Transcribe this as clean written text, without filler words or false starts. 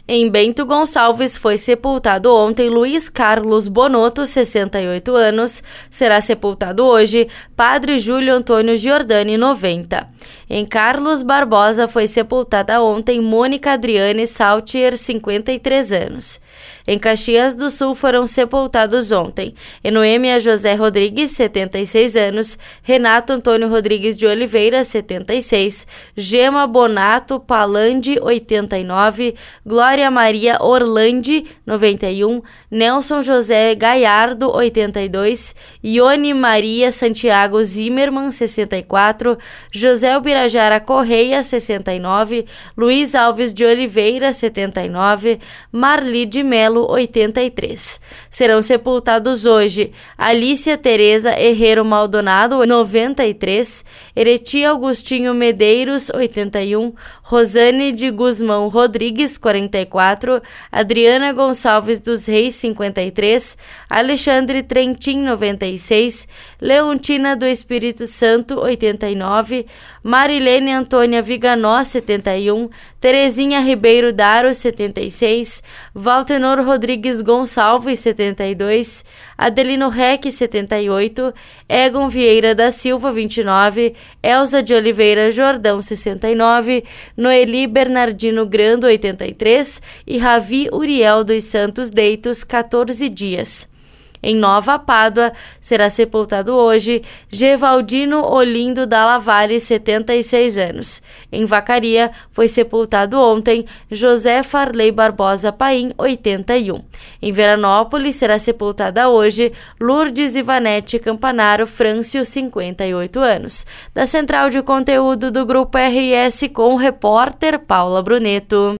Em Bento Gonçalves foi sepultado ontem Luiz Carlos Bonotto, 68 anos. Será sepultado hoje Padre Júlio Antônio Giordani, 90. Em Carlos Barbosa foi sepultada ontem Mônica Adriane Saltier, 53 anos. Em Caxias do Sul foram sepultados ontem Enoêmia José Rodrigues, 76 anos, Renato Antônio Rodrigues de Oliveira, 76, Gema Bonato Palandi, 89, Glória Maria Orlandi, 91, Nelson José Gaiardo, 82, Ione Maria Santiago Zimmermann, 64, José Ubirajara Correia, 69, Luiz Alves de Oliveira, 79, Marli de Melo, 83. Serão sepultados hoje Alícia Tereza Herrero Maldonado, 93, Eretia Augustinho Medeiros, 81, Rosane de Guzmão Rodrigues, 44, Adriana Gonçalves dos Reis, 53, Alexandre Trentin, 96, Leontina do Espírito Santo, 89, Marilene Antônia Viganó, 71, Terezinha Ribeiro Daro, 76, Valtenor Rodrigues Gonçalves, 72, Adelino Reck, 78, Egon Vieira da Silva, 29, Elza de Oliveira Jordão, 69, Noeli Bernardino Grando, 83 e Ravi Uriel dos Santos Deitos, 14 dias. Em Nova Pádua, será sepultado hoje Gevaldino Olindo Dalla Valle, 76 anos. Em Vacaria, foi sepultado ontem José Farley Barbosa Paim, 81. Em Veranópolis, será sepultada hoje Lourdes Ivanete Campanaro Frâncio, 58 anos. Da Central de Conteúdo do Grupo RS com o repórter Paula Bruneto.